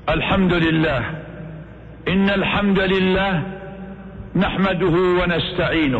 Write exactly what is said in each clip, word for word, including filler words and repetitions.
الحمد لله. إن الحمد لله نحمده ونستعينه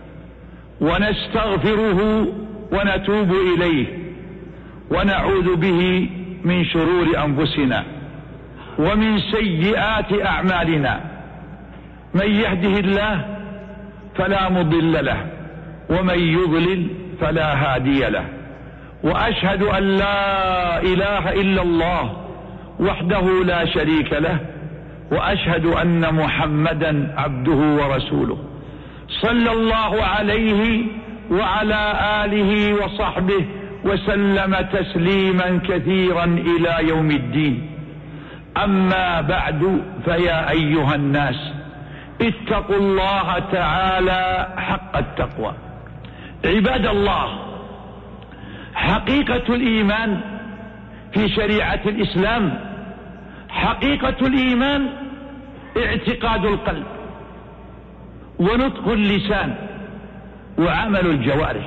ونستغفره ونتوب إليه ونعوذ به من شرور أنفسنا ومن سيئات أعمالنا. من يهده الله فلا مضل له ومن يضلل فلا هادي له. وأشهد أن لا إله إلا الله وحده لا شريك له، وأشهد أن محمدا عبده ورسوله صلى الله عليه وعلى آله وصحبه وسلم تسليما كثيرا إلى يوم الدين. أما بعد، فيا أيها الناس اتقوا الله تعالى حق التقوى. عباد الله، حقيقة الإيمان في شريعة الإسلام، حقيقة الإيمان اعتقاد القلب ونطق اللسان وعمل الجوارح.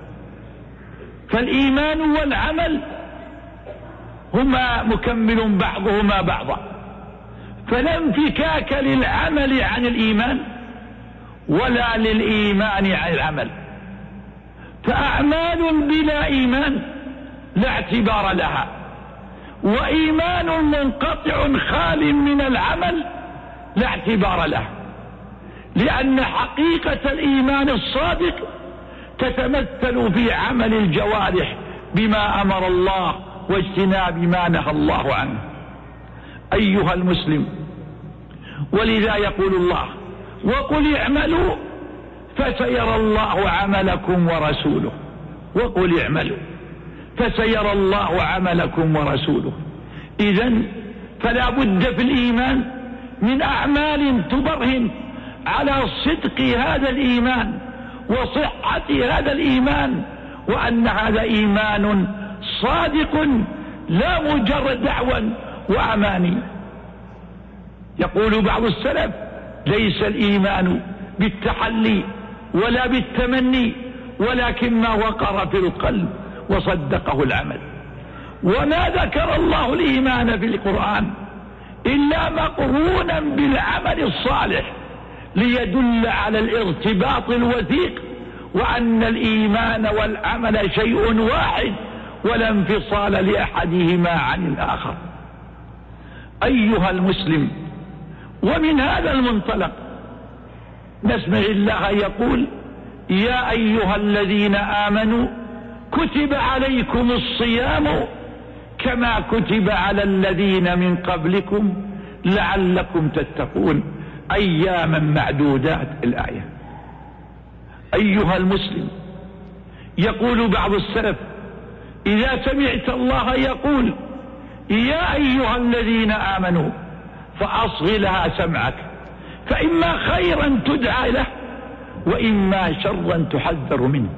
فالإيمان والعمل هما مكمل بعضهما بعضا، فلا انفكاك للعمل عن الإيمان ولا للإيمان عن العمل. فأعمال بلا إيمان لا اعتبار لها، وإيمان منقطع خال من العمل لا اعتبار له، لأن حقيقة الإيمان الصادق تتمثل في عمل الجوارح بما أمر الله واجتناب ما نهى الله عنه. أيها المسلم، ولذا يقول الله: وقل اعملوا فسيرى الله عملكم ورسوله. وقل اعملوا فسيرى الله عملكم ورسوله. إذن فلا بد في الإيمان من أعمال تبرهن على صدق هذا الإيمان وصحة هذا الإيمان، وأن هذا إيمان صادق لا مجرد دعوى وأماني. يقول بعض السلف: ليس الإيمان بالتحلي ولا بالتمني، ولكن ما وقر في القلب وصدقه العمل. وما ذكر الله الإيمان في القرآن إلا مقرونا بالعمل الصالح، ليدل على الارتباط الوثيق، وأن الإيمان والعمل شيء واحد ولا انفصال لأحدهما عن الآخر. أيها المسلم، ومن هذا المنطلق نسمع الله يقول: يا أيها الذين آمنوا كتب عليكم الصيام كما كتب على الذين من قبلكم لعلكم تتقون أياما معدودات. الآية. أيها المسلم، يقول بعض السلف: إذا سمعت الله يقول يا أيها الذين آمنوا فأصغ لها سمعك، فإما خيرا تدعى له وإما شرا تحذر منه.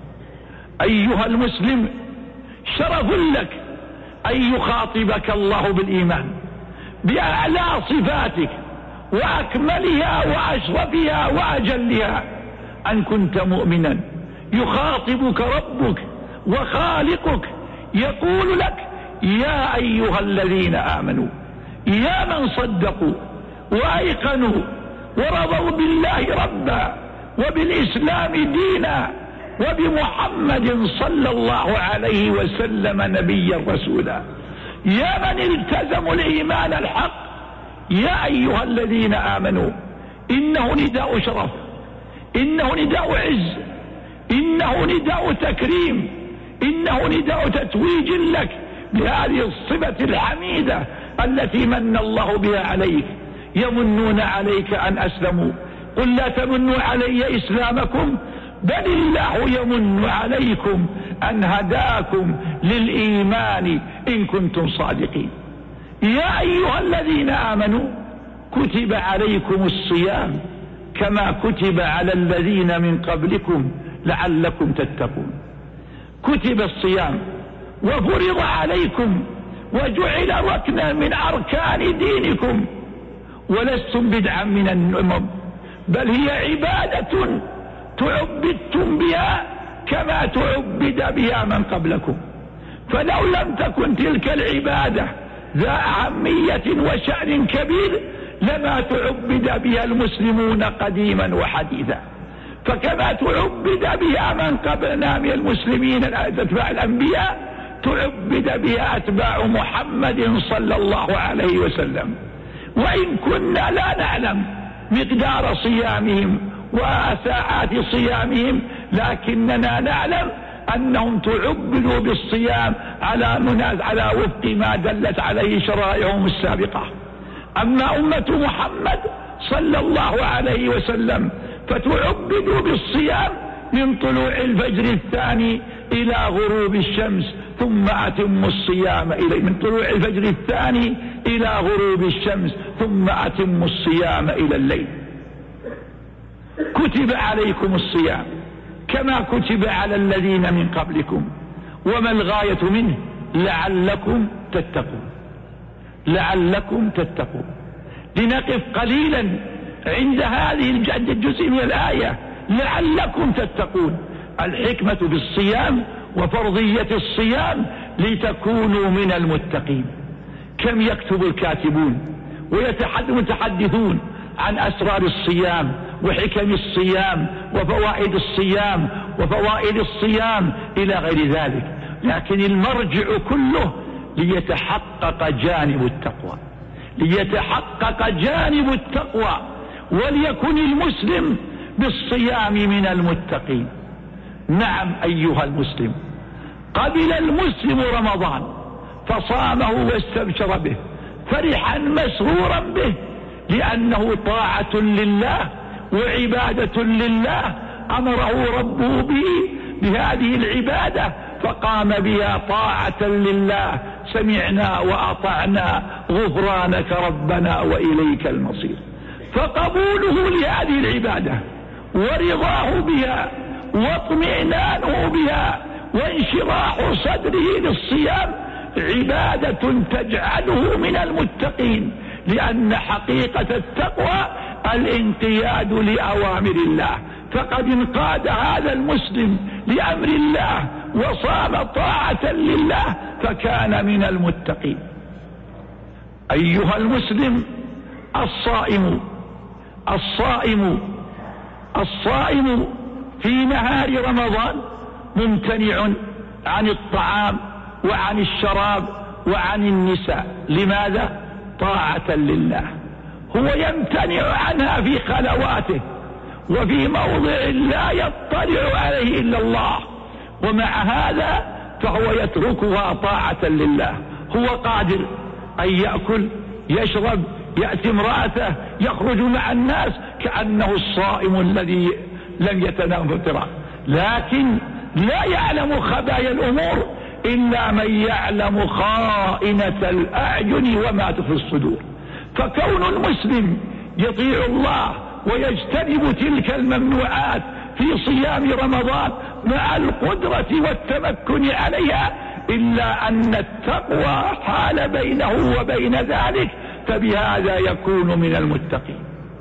أيها المسلم، شرف لك أن يخاطبك الله بالإيمان بأعلى صفاتك وأكملها وأشرفها وأجلها، أن كنت مؤمنا يخاطبك ربك وخالقك يقول لك: يا أيها الذين آمنوا، يا من صدقوا وأيقنوا ورضوا بالله ربا وبالإسلام دينا وبمحمد صلى الله عليه وسلم نبيا رسولا، يا من التزموا الإيمان الحق، يا أيها الذين آمنوا. إنه نداء شرف، إنه نداء عز، إنه نداء تكريم، إنه نداء تتويج لك بهذه الصفة الحميدة التي من الله بها عليك. يمنون عليك أن أسلموا، قل لا تمنوا علي إسلامكم بل الله يمن عليكم أن هداكم للإيمان إن كنتم صادقين. يا أيها الذين آمنوا كتب عليكم الصيام كما كتب على الذين من قبلكم لعلكم تتقون. كتب الصيام وفرض عليكم وجعل ركنا من أركان دينكم، ولستم بدعا من الأمم، بل هي عبادة تعبدتم بها كما تعبد بها من قبلكم. فلو لم تكن تلك العبادة ذا أهمية وشأن كبير لما تعبد بها المسلمون قديما وحديثا. فكما تعبد بها من قبلنا من المسلمين أتباع الأنبياء تعبد بها أتباع محمد صلى الله عليه وسلم. وإن كنا لا نعلم مقدار صيامهم وساعات صيامهم، لكننا نعلم أنهم تعبدوا بالصيام على مناز على وفق ما دلت عليه شرائعهم السابقة. أما أمة محمد صلى الله عليه وسلم فتعبدوا بالصيام من طلوع الفجر الثاني إلى غروب الشمس، ثم أتموا الصيام إلى من طلوع الفجر الثاني إلى غروب الشمس ثم أتموا الصيام إلى الليل. كتب عليكم الصيام كما كتب على الذين من قبلكم. وما الغاية منه؟ لعلكم تتقون، لعلكم تتقون. لنقف قليلا عند هذه الجزء من الآية، لعلكم تتقون. الحكمة بالصيام وفرضية الصيام لتكونوا من المتقين. كم يكتب الكاتبون ويتحدثون عن أسرار الصيام وحكم الصيام وفوائد الصيام وفوائد الصيام إلى غير ذلك، لكن المرجع كله ليتحقق جانب التقوى، ليتحقق جانب التقوى، وليكن المسلم بالصيام من المتقين. نعم أيها المسلم، قبل المسلم رمضان فصامه واستبشر به فرحا مسرورا به، لأنه طاعة لله وعبادة لله أمره ربه به بهذه العبادة فقام بها طاعة لله. سمعنا وأطعنا غفرانك ربنا وإليك المصير. فقبوله لهذه العبادة ورضاه بها واطمئنانه بها وانشراح صدره للصيام عبادة تجعله من المتقين، لأن حقيقة التقوى الانقياد لأوامر الله. فقد انقاد هذا المسلم لأمر الله وصام طاعة لله فكان من المتقين. أيها المسلم، الصائم الصائم الصائم في نهار رمضان ممتنع عن الطعام وعن الشراب وعن النساء. لماذا؟ طاعة لله. هو يمتنع عنها في خلواته وفي موضع لا يطلع عليه إلا الله، ومع هذا فهو يتركها طاعة لله. هو قادر أن يأكل يشرب يأتي امرأته يخرج مع الناس كأنه الصائم الذي لم يتنام في الفطر، لكن لا يعلم خبايا الأمور إلا من يعلم خائنة الأعين وما تخفي الصدور. فكون المسلم يطيع الله ويجتنب تلك الممنوعات في صيام رمضان مع القدرة والتمكن عليها، إلا أن التقوى حال بينه وبين ذلك، فبهذا يكون من المتقين.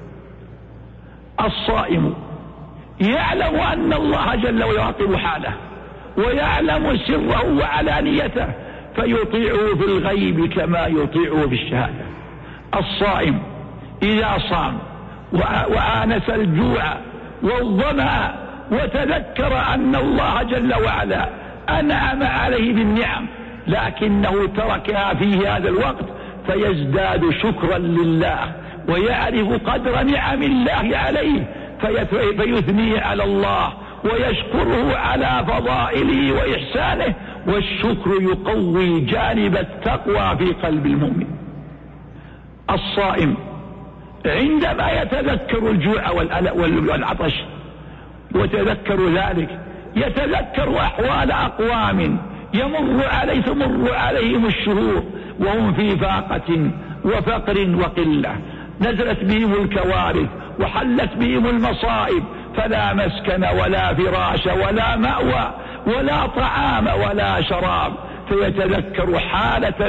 الصائم يعلم أن الله جل ويعقب حاله ويعلم سره وعلانيته فيطيعه في الغيب كما يطيعه في الشهادة. الصائم إذا صام وآنس الجوع والظمأ وتذكر أن الله جل وعلا أنعم عليه بالنعم لكنه تركها في هذا الوقت فيزداد شكرا لله ويعرف قدر نعم الله عليه فيثني على الله ويشكره على فضائله وإحسانه، والشكر يقوي جانب التقوى في قلب المؤمن. الصائم عندما يتذكر الجوع والعطش وتذكر ذلك يتذكر أحوال أقوام يمر عليه تمر عليهم الشهور وهم في فاقة وفقر وقلة، نزلت بهم الكوارث وحلت بهم المصائب، فلا مسكن ولا فراش ولا مأوى ولا طعام ولا شراب، فيتذكر حالة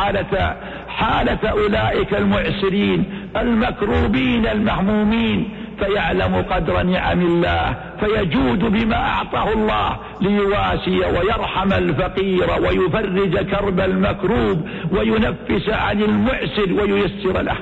حالة حالة أولئك المعسرين المكروبين المهمومين فيعلم قدر نعم الله فيجود بما أعطاه الله ليواسي ويرحم الفقير ويفرج كرب المكروب وينفس عن المعسر وييسر له،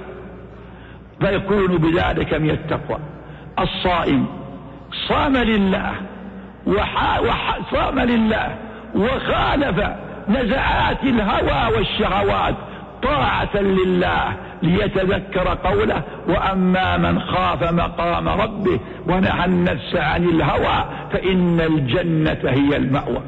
فيكون بذلك من التقوى. الصائم صام لله وح... وح... صام لله وخالف نزعات الهوى والشهوات طاعة لله ليتذكر قوله: وأما من خاف مقام ربه ونهى النفس عن الهوى فإن الجنة هي المأوى.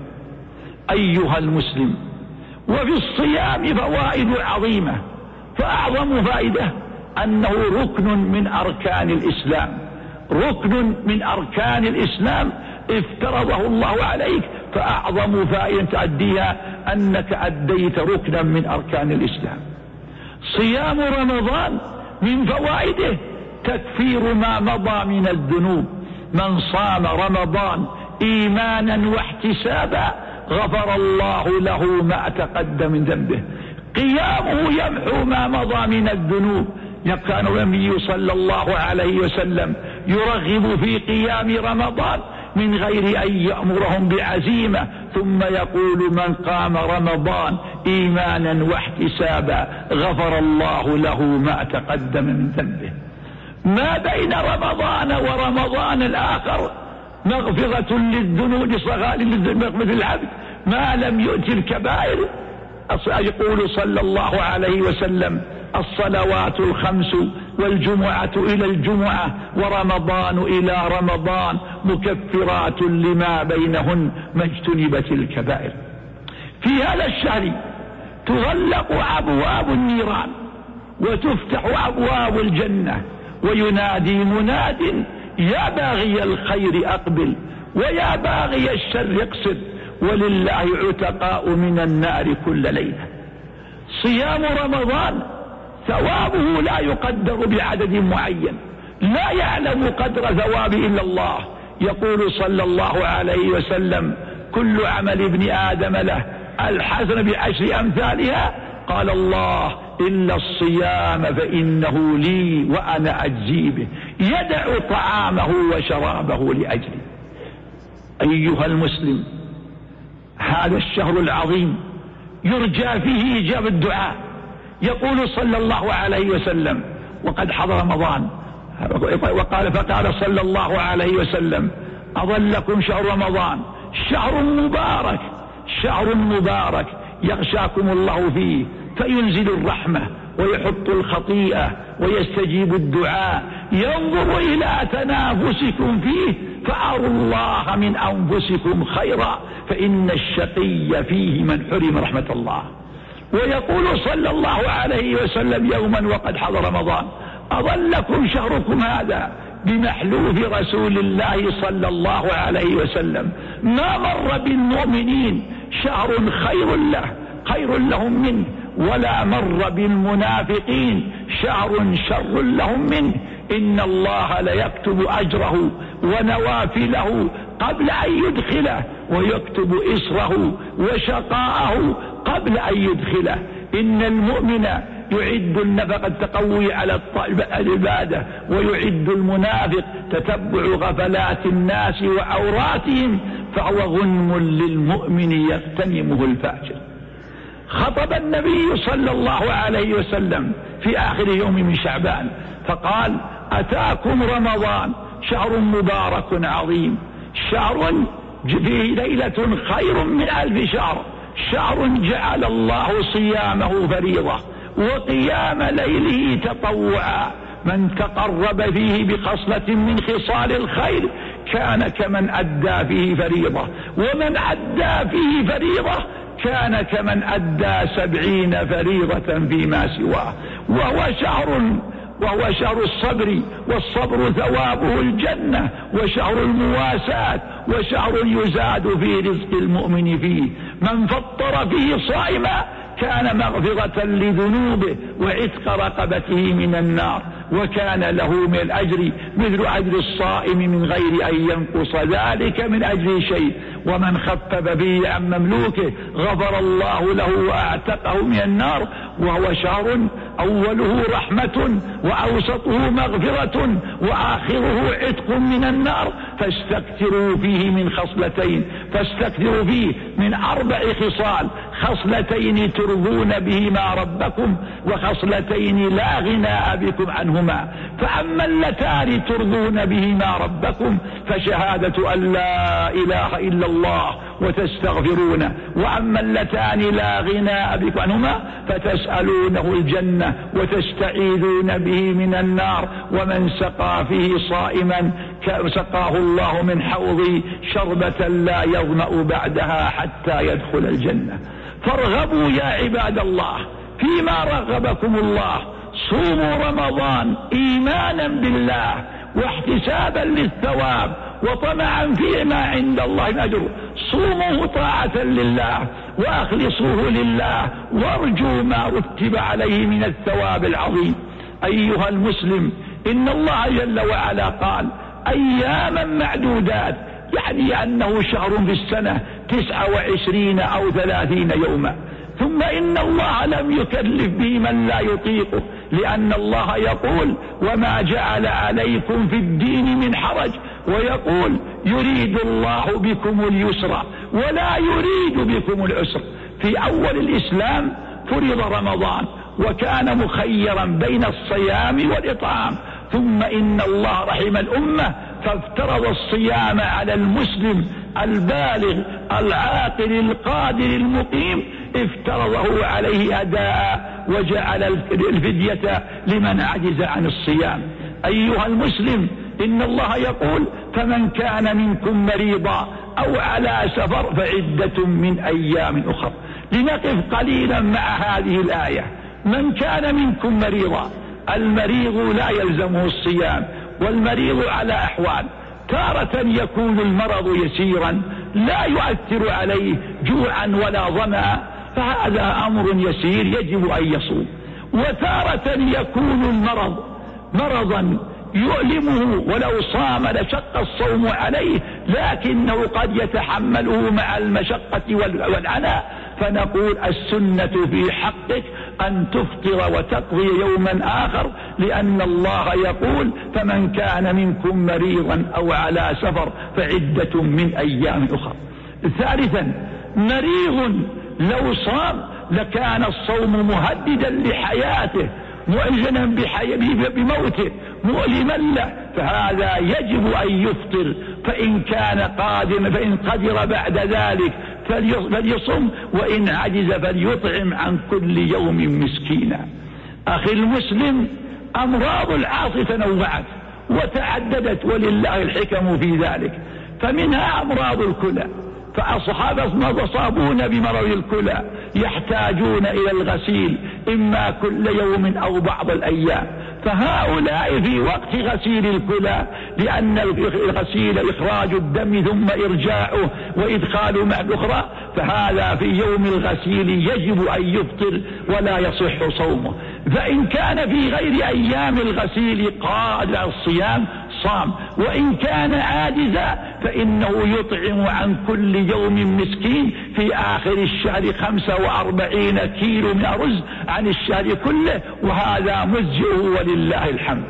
أيها المسلم، وفي الصيام فوائد عظيمة، فأعظم فائدة أنه ركن من أركان الإسلام، ركن من أركان الإسلام افترضه الله عليك، فأعظم فائدة تؤديها أنك أديت ركنا من أركان الإسلام. صيام رمضان من فوائده تكفير ما مضى من الذنوب، من صام رمضان إيمانا واحتسابا غفر الله له ما تقدم من ذنبه. قيامه يمحو ما مضى من الذنوب. كان النبي صلى الله عليه وسلم يرغب في قيام رمضان من غير أن يأمرهم بعزيمة، ثم يقول: من قام رمضان إيمانا واحتسابا غفر الله له ما تقدم من ذنبه. ما بين رمضان ورمضان الآخر مغفرة للذنوب صغار للذنوب العبد ما لم يؤت الكبائر. يقول صلى الله عليه وسلم: الصلوات الخمس والجمعة إلى الجمعة ورمضان إلى رمضان مكفرات لما بينهن ما اجتنبت الكبائر. في هذا الشهر تغلق أبواب النيران وتفتح أبواب الجنة، وينادي مناد: يا باغي الخير أقبل ويا باغي الشر اقصد، ولله عتقاء من النار كل ليلة. صيام رمضان ثوابه لا يقدر بعدد معين، لا يعلم قدر ثواب إلا الله. يقول صلى الله عليه وسلم: كل عمل ابن آدم له الحسنة بعشر أمثالها، قال الله: إلا الصيام فإنه لي وأنا أجزي به، يدع طعامه وشرابه لأجلي. أيها المسلم، هذا الشهر العظيم يرجى فيه إجابة الدعاء. يقول صلى الله عليه وسلم: وقد حضر رمضان، وقال فقال صلى الله عليه وسلم: أظلكم شهر رمضان شهر مبارك، شهر مبارك يغشاكم الله فيه فينزل الرحمة ويحط الخطيئة ويستجيب الدعاء، ينظر إلى تنافسكم فيه فأروا الله من أنفسكم خيرا، فإن الشقي فيه من حرم رحمة الله. ويقول صلى الله عليه وسلم يوما وقد حضر رمضان: أظلكم شهركم هذا بمحلوف رسول الله صلى الله عليه وسلم، ما مر بالمؤمنين شهر خير له خير لهم منه، ولا مر بالمنافقين شهر شر لهم منه. إن الله ليكتب أجره ونوافله قبل أن يدخله، ويكتب إسره وشقاءه قبل أن يدخله. إن المؤمن يعد النفقة التقوي على العبادة، ويعد المنافق تتبع غفلات الناس وعوراتهم، فهو غنم للمؤمن يغتنمه الفاجر. خطب النبي صلى الله عليه وسلم في آخر يوم من شعبان فقال: أتاكم رمضان شهر مبارك عظيم، شهر فيه ليلة خير من ألف شهر، شهر جعل الله صيامه فريضة وقيام ليله تطوعا، من تقرب فيه بخصلة من خصال الخير كان كمن أدى فيه فريضة، ومن أدى فيه فريضة كان كمن أدى سبعين فريضة فيما سواه. وهو شهر وهو شهر الصبر، والصبر ثوابه الجنة، وشهر المواساة، وشهر يزاد في رزق المؤمن فيه. من فطر فيه صائما كان مغفرة لذنوبه وعتق رقبته من النار، وكان له من الأجر مثل أجر الصائم من غير أن ينقص ذلك من أجر شيء. ومن خفف فيه عن مملوكه غفر الله له وأعتقه من النار. وهو شهر أوله رحمة وأوسطه مغفرة وآخره عتق من النار، فاستكثروا فيه من خصلتين، فاستكثروا فيه من أربع خصال: خصلتين ترضون بهما ربكم، وخصلتين لا غناء بكم عنهما. فأما اللتان ترضون بهما ربكم فشهادة أن لا إله إلا الله وتستغفرون، وأما اللتان لا غناء بكم عنهما فتسألونه الجنة وتستعيذون به من النار. ومن سقى فيه صائما سقاه الله من حوضي شربة لا يظمأ بعدها حتى يدخل الجنة. فارغبوا يا عباد الله فيما رغبكم الله، صوموا رمضان إيمانا بالله واحتسابا للثواب وطمعا فيما عند الله الأجر. صوموه طاعة لله وأخلصوه لله وارجوا ما رتب عليه من الثواب العظيم. أيها المسلم، إن الله جل وعلا قال أياما معدودات، يعني أنه شهر في السنة تسعة وعشرين أو ثلاثين يوما. ثم إن الله لم يكلف به من لا يطيقه، لأن الله يقول وما جعل عليكم في الدين من حرج، ويقول يريد الله بكم اليسر ولا يريد بكم العسر. في أول الإسلام فرض رمضان وكان مخيرا بين الصيام والإطعام، ثم إن الله رحم الأمة فافترض الصيام على المسلم البالغ العاقل القادر المقيم، افترضه عليه أداء وجعل الفدية لمن عجز عن الصيام. أيها المسلم، إن الله يقول فمن كان منكم مريضا أو على سفر فعدة من أيام أخر. لنقف قليلا مع هذه الآية. من كان منكم مريضا، المريض لا يلزمه الصيام، والمريض على أحوال: تارة يكون المرض يسيرا لا يؤثر عليه جوعا ولا ظمأ، فهذا أمر يسير يجب أن يصوم. وتارة يكون المرض مرضا يؤلمه ولو صام لشق الصوم عليه، لكنه قد يتحمله مع المشقة والعناء، فنقول السنة في حقك أن تفطر وتقضي يوما آخر، لأن الله يقول فمن كان منكم مريضا أو على سفر فعدة من أيام أخرى. ثالثا، مريض لو صام لكان الصوم مهددا لحياته معجنا بموته مؤلما له، فهذا يجب أن يفطر، فإن كان قادما فإن قدر بعد ذلك فليصم، وإن عجز فليطعم عن كل يوم مسكينا. أخي المسلم، أمراض العاصي تنوعت وتعددت ولله الحكم في ذلك، فمنها أمراض الكلى، فأصحابنا مصابون بمرض الكلى يحتاجون إلى الغسيل إما كل يوم أو بعض الأيام، فهؤلاء في وقت غسيل الكلى، لأن الغسيل إخراج الدم ثم إرجاعه وإدخاله مع الأخرى، فهذا في يوم الغسيل يجب أن يفطر ولا يصح صومه. فإن كان في غير أيام الغسيل قادر على الصيام صام، وإن كان عاجزا فإنه يطعم عن كل يوم مسكين في آخر الشهر خمسة وأربعين كيلو من الرز عن الشهر كله، وهذا مجزئه ولله الحمد.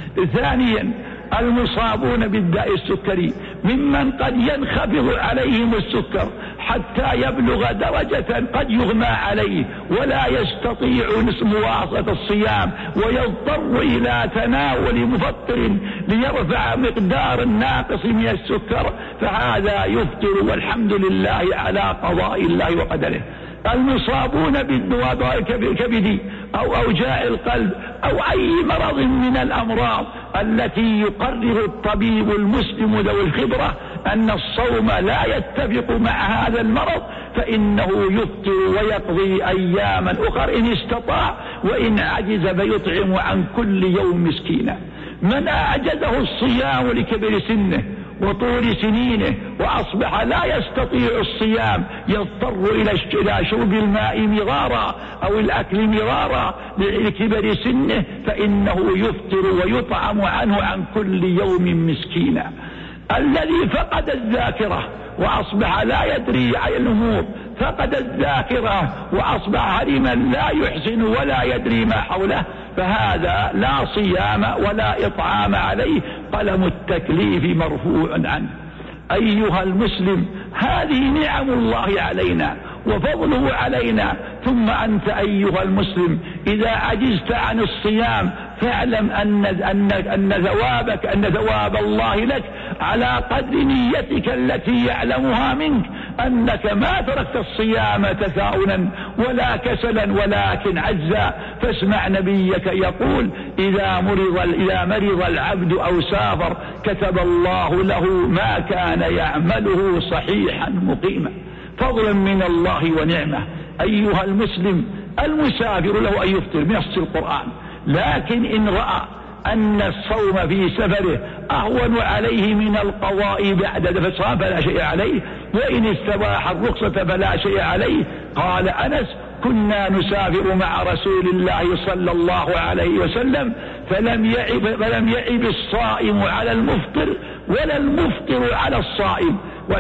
ثانيا، المصابون بالداء السكري ممن قد ينخفض عليهم السكر حتى يبلغ درجة قد يغمى عليه ولا يستطيع مواصلة الصيام، ويضطر إلى تناول مفطر ليرفع مقدار الناقص من السكر، فهذا يفطر والحمد لله على قضاء الله وقدره. المصابون بالدواء الكبدي أو أوجاع القلب أو أي مرض من الأمراض التي يقرر الطبيب المسلم ذو الخبرة أن الصوم لا يتفق مع هذا المرض، فإنه يفطر ويقضي أياما أخر إن استطاع، وإن عجز فيطعم عن كل يوم مسكينا. من أعجزه الصيام لكبر سنه وطول سنينه وأصبح لا يستطيع الصيام، يضطر إلى شرب الماء مرارا أو الأكل مرارا لكبر سنه، فإنه يفطر ويطعم عنه عن كل يوم مسكينا. الذي فقد الذاكرة وأصبح لا يدري عن الأمور، فقد الذاكرة وأصبح هرما لا يحسن ولا يدري ما حوله، فهذا لا صيام ولا إطعام عليه، قلم التكليف مرفوع عنه. أيها المسلم، هذه نعم الله علينا وفضله علينا. ثم أنت أيها المسلم إذا عجزت عن الصيام فاعلم أن, أن, أن ثوابك أن ثواب الله لك على قدر نيتك التي يعلمها منك، أنك ما تركت الصيام تثاؤلا ولا كسلا ولكن عجزا. فاسمع نبيك يقول: إذا مرض, إذا مرض العبد أو سافر كتب الله له ما كان يعمله صحيحا مقيما، فضلا من الله ونعمة. أيها المسلم، المسافر له أن يفطر بنص القرآن، لكن إن رأى أن الصوم في سفره أهون عليه من القضاء بعد فصام فلا شيء عليه، وإن استباح الرخصة فلا شيء عليه. قال أنس: كنا نسافر مع رسول الله صلى الله عليه وسلم فلم يعب, فلم يعب الصائم على المفطر ولا المفطر على الصائم.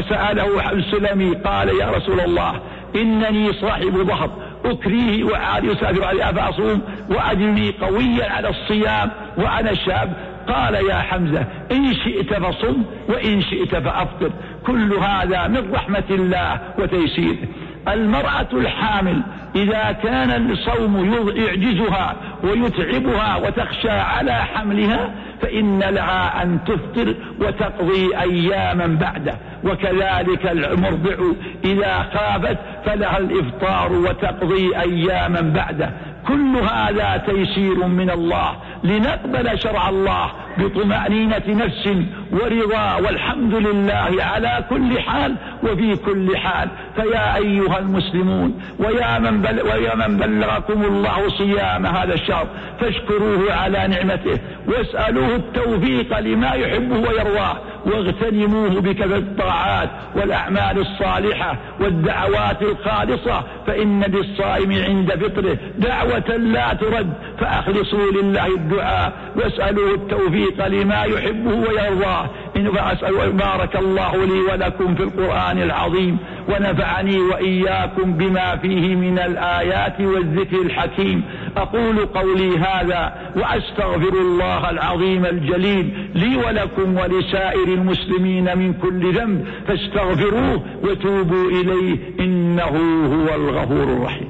وسأله السلمي قال: يا رسول الله، إنني صاحب ظهر أكريه وعادي أسافر عليه أفأصوم وأجري قويا على الصيام وأنا شاب؟ قال: يا حمزة، إن شئت فصم وإن شئت فأفطر. كل هذا من رحمة الله وتيسيره. المرأة الحامل إذا كان الصوم يعجزها ويتعبها وتخشى على حملها فإن لها أن تفطر وتقضي أياما بعده، وكذلك المرضع إذا خافت فلها الإفطار وتقضي أياما بعده. كل هذا تيسير من الله لنقبل شرع الله بطمأنينة نفس ورضا، والحمد لله على كل حال وفي كل حال. فيا أيها المسلمون، ويا من, بل ويا من بلغكم الله صيام هذا الشهر، فاشكروه على نعمته واسألوه التوفيق لما يحبه ويرضاه، واغتنموه بكثرة الطاعات والأعمال الصالحة والدعوات الخالصة، فإن للصائم عند فطره دعوة لا ترد، فأخلصوا لله الدعاء واسألوه التوفيق لما يحبه ويرضاه. إن فأسأل بارك الله لي ولكم في القرآن العظيم، ونفعني وإياكم بما فيه من الآيات والذكر الحكيم. أقول قولي هذا وأستغفر الله العظيم الجليل لي ولكم ولسائر المسلمين من كل ذنب، فاستغفروه وتوبوا إليه إنه هو الغفور الرحيم.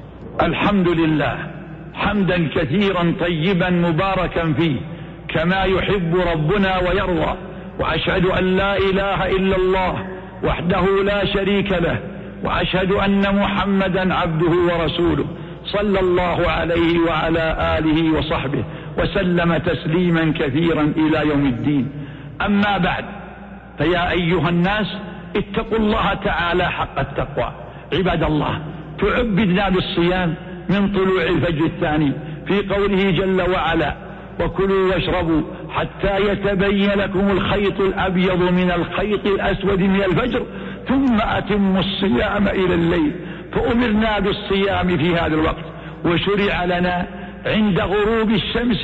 الحمد لله حمدا كثيرا طيبا مباركا فيه كما يحب ربنا ويرضى، وأشهد أن لا إله إلا الله وحده لا شريك له، وأشهد أن محمدا عبده ورسوله صلى الله عليه وعلى آله وصحبه وسلم تسليما كثيرا إلى يوم الدين. أما بعد، فيا أيها الناس، اتقوا الله تعالى حق التقوى. عباد الله، تعبدنا بالصيام من طلوع الفجر الثاني في قوله جل وعلا: وكلوا واشربوا حتى يتبين لكم الخيط الأبيض من الخيط الأسود من الفجر ثم أتموا الصيام إلى الليل. فأمرنا بالصيام في هذا الوقت، وشرع لنا عند غروب الشمس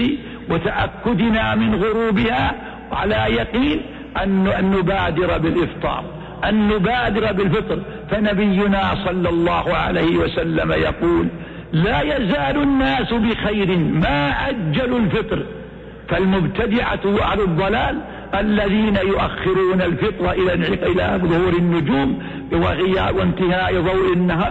وتأكدنا من غروبها على يقين أن نبادر بالإفطار، أن نبادر بالفطر. فنبينا صلى الله عليه وسلم يقول: لا يزال الناس بخير ما عجلوا الفطر. فالمبتدعة وأهل الضلال الذين يؤخرون الفطر إلى ظهور النجوم وغياب وانتهاء ضوء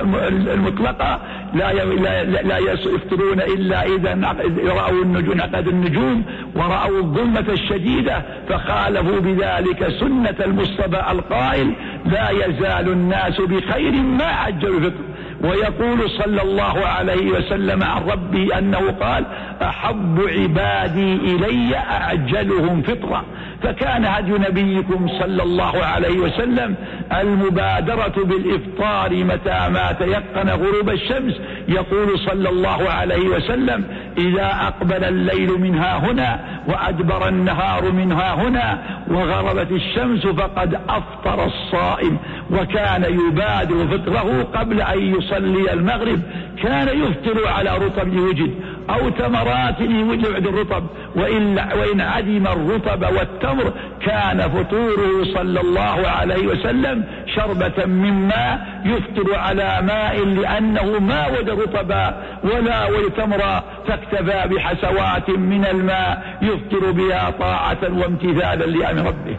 المطلقة لا لا يفطرون إلا إذا رأوا النجوم عقد النجوم ورأوا الظلمة الشديدة، فخالفوا بذلك سنة المصطفى القائل: لا يزال الناس بخير ما عجلوا الفطر. ويقول صلى الله عليه وسلم عن ربه أنه قال: أحب عبادي إلي أعجلهم فطرا. فكان هدي نبيكم صلى الله عليه وسلم المبادرة بالإفطار متى ما تيقن غروب الشمس. يقول صلى الله عليه وسلم: إذا أقبل الليل منها هنا وأدبر النهار منها هنا وغربت الشمس فقد أفطر الصائم. وكان يبادر فطره قبل أن يصلي المغرب. كان يفطر على رطب وجد أو تمرات يوجد الرطب، وإن, وإن عدم الرطب والتمر كان فطوره صلى الله عليه وسلم شربة من ماء يفطر على ماء لأنه ما وجد رطبا ولا وجد تمرا، فاكتفى بحسوات من الماء يفطر بها طاعة وامتثالا لأمر ربه.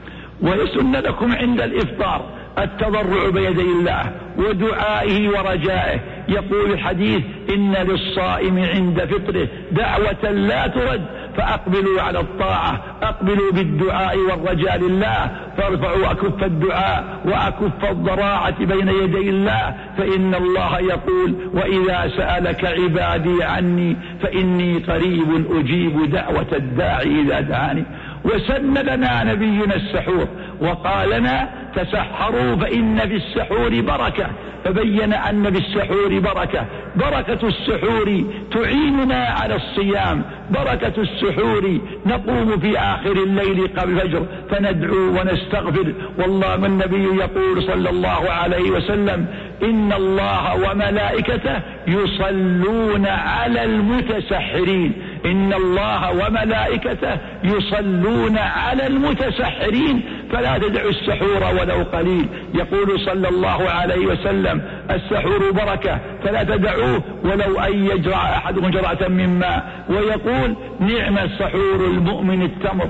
ويسن لكم عند الإفطار التضرع بيدي الله ودعائه ورجائه. يقول الحديث: إن للصائم عند فطره دعوة لا ترد، فأقبلوا على الطاعة، أقبلوا بالدعاء والرجاء لله، فارفعوا أكف الدعاء وأكف الضراعة بين يدي الله، فإن الله يقول: وإذا سألك عبادي عني فإني قريب أجيب دعوة الداعي إذا دعاني. وسن لنا نبينا السحور وقال لنا: تسحروا فإن في السحور بركة، فبين أن في السحور بركة. بركة السحور تعيننا على الصيام، بركة السحور نقوم في آخر الليل قبل الفجر فندعو ونستغفر. والله النبي يقول صلى الله عليه وسلم: إن الله وملائكته يصلون على المتسحرين. إن الله وملائكته يصلون على المتسحرين، فلا تدعوا السحور ولو قليل. يقول صلى الله عليه وسلم: السحور بركة فلا تدعوه ولو أن يجرع أحدكم جرعة من ماء. ويقول: نعم السحور المؤمن التمر.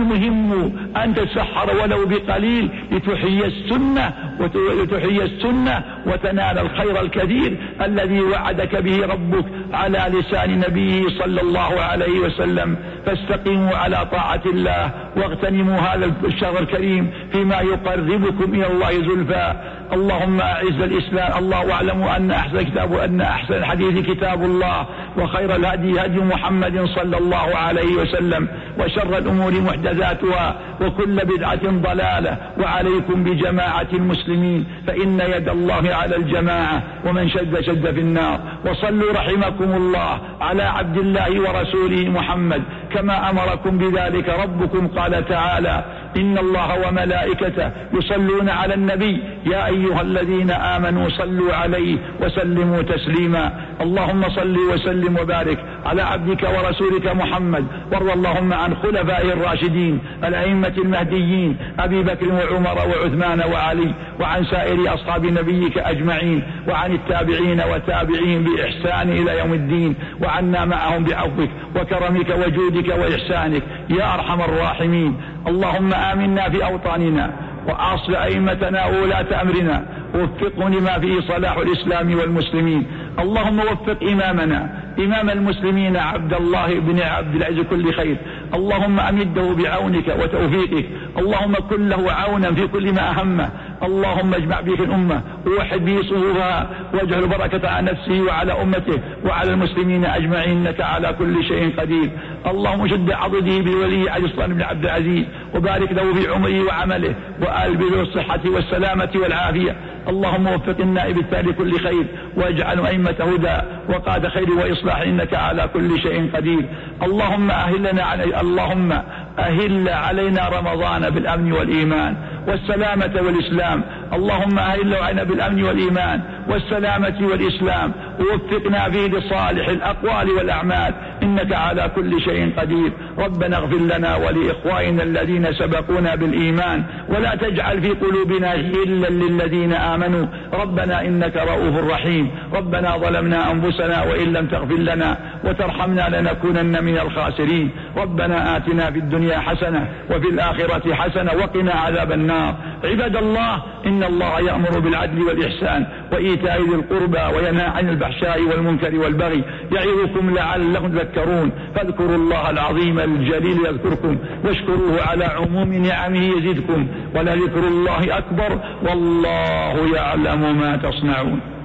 المهم أن تسحر ولو بقليل لتحيي السنة وتحيي السنة وتنال الخير الكثير الذي وعدك به ربك على لسان نبيه صلى الله عليه وسلم. فاستقيموا على طاعة الله واغتنموا هذا الشهر الكريم فيما يقربكم إلى الله زلفى. اللهم أعز الإسلام. الله أعلم أن أحسن كتاب أن أحسن الحديث كتاب الله، وخير الهدي هدي محمد صلى الله عليه وسلم، وشر الأمور محدثاتها، وكل بدعة ضلالة. وعليكم بجماعة المسلمين فإن يد الله على الجماعة، ومن شد شد في النار. وصلوا رحمكم الله على عبد الله ورسوله محمد كما أمركم بذلك ربكم. قال تعالى: إن الله وملائكته يصلون على النبي يا أيها الذين آمنوا صلوا عليه وسلموا تسليما. اللهم صل وسلم وبارك على عبدك ورسولك محمد، وارض اللهم عن خلفائه الراشدين الأئمة المهديين أبي بكر وعمر وعثمان وعلي، وعن سائر أصحاب نبيك أجمعين، وعن التابعين وتابعين بإحسان إلى يوم الدين، وعنا معهم بعفوك وكرمك وجودك وإحسانك يا أرحم الراحمين. اللهم آمنا في أوطاننا وأصلح أئمتنا وولاة أمرنا، ووفقهم لما فيه صلاح الإسلام والمسلمين. اللهم وفق إمامنا إمام المسلمين عبد الله بن عبد العزيز كل خير. اللهم أمده بعونك وتوفيقك. اللهم كن له عونا في كل ما أهمه. اللهم اجمع به الأمة ووحد به صفوفها، واجعل بركة على نفسه وعلى أمته وعلى المسلمين أجمعين، إنك على كل شيء قدير. اللهم شد عضده بولي عبد الصالح بن عبد العزيز، وبارك له في عمره وعمله، وآل به الصحة والسلامة والعافية. اللهم وفق النائب التالي كل خير، واجعل أئمة هدى وقاد خير وإصلاح، إنك على كل شيء قدير. اللهم أهلنا علي اللهم أهل علينا رمضان بالأمن والإيمان والسلامة والإسلام. اللهم أهل علينا بالأمن والإيمان والسلامة والإسلام، ووفقنا فيه لصالح الأقوال والأعمال، إنك على كل شيء قدير. ربنا اغفر لنا ولإخواننا الذين سبقونا بالإيمان، ولا تجعل في قلوبنا غلا للذين آمنوا. ربنا إنك رؤوف رحيم. ربنا ظلمنا أنفسنا وإن لم تغفر لنا وترحمنا لنكونن من الخاسرين. ربنا آتنا في الدنيا حسنة وفي الآخرة حسنة وقنا عذاب النار. عباد الله، إن الله يأمر بالعدل والإحسان وإيتاء ذي القربى وينهى عن الفحشاء والمنكر والبغي، يعظكم لعلكم تذكرون. فاذكروا الله العظيم الجليل يذكركم، واشكروه على عموم نعمه يزدكم، ولذكر الله أكبر، والله يعلم ما تصنعون.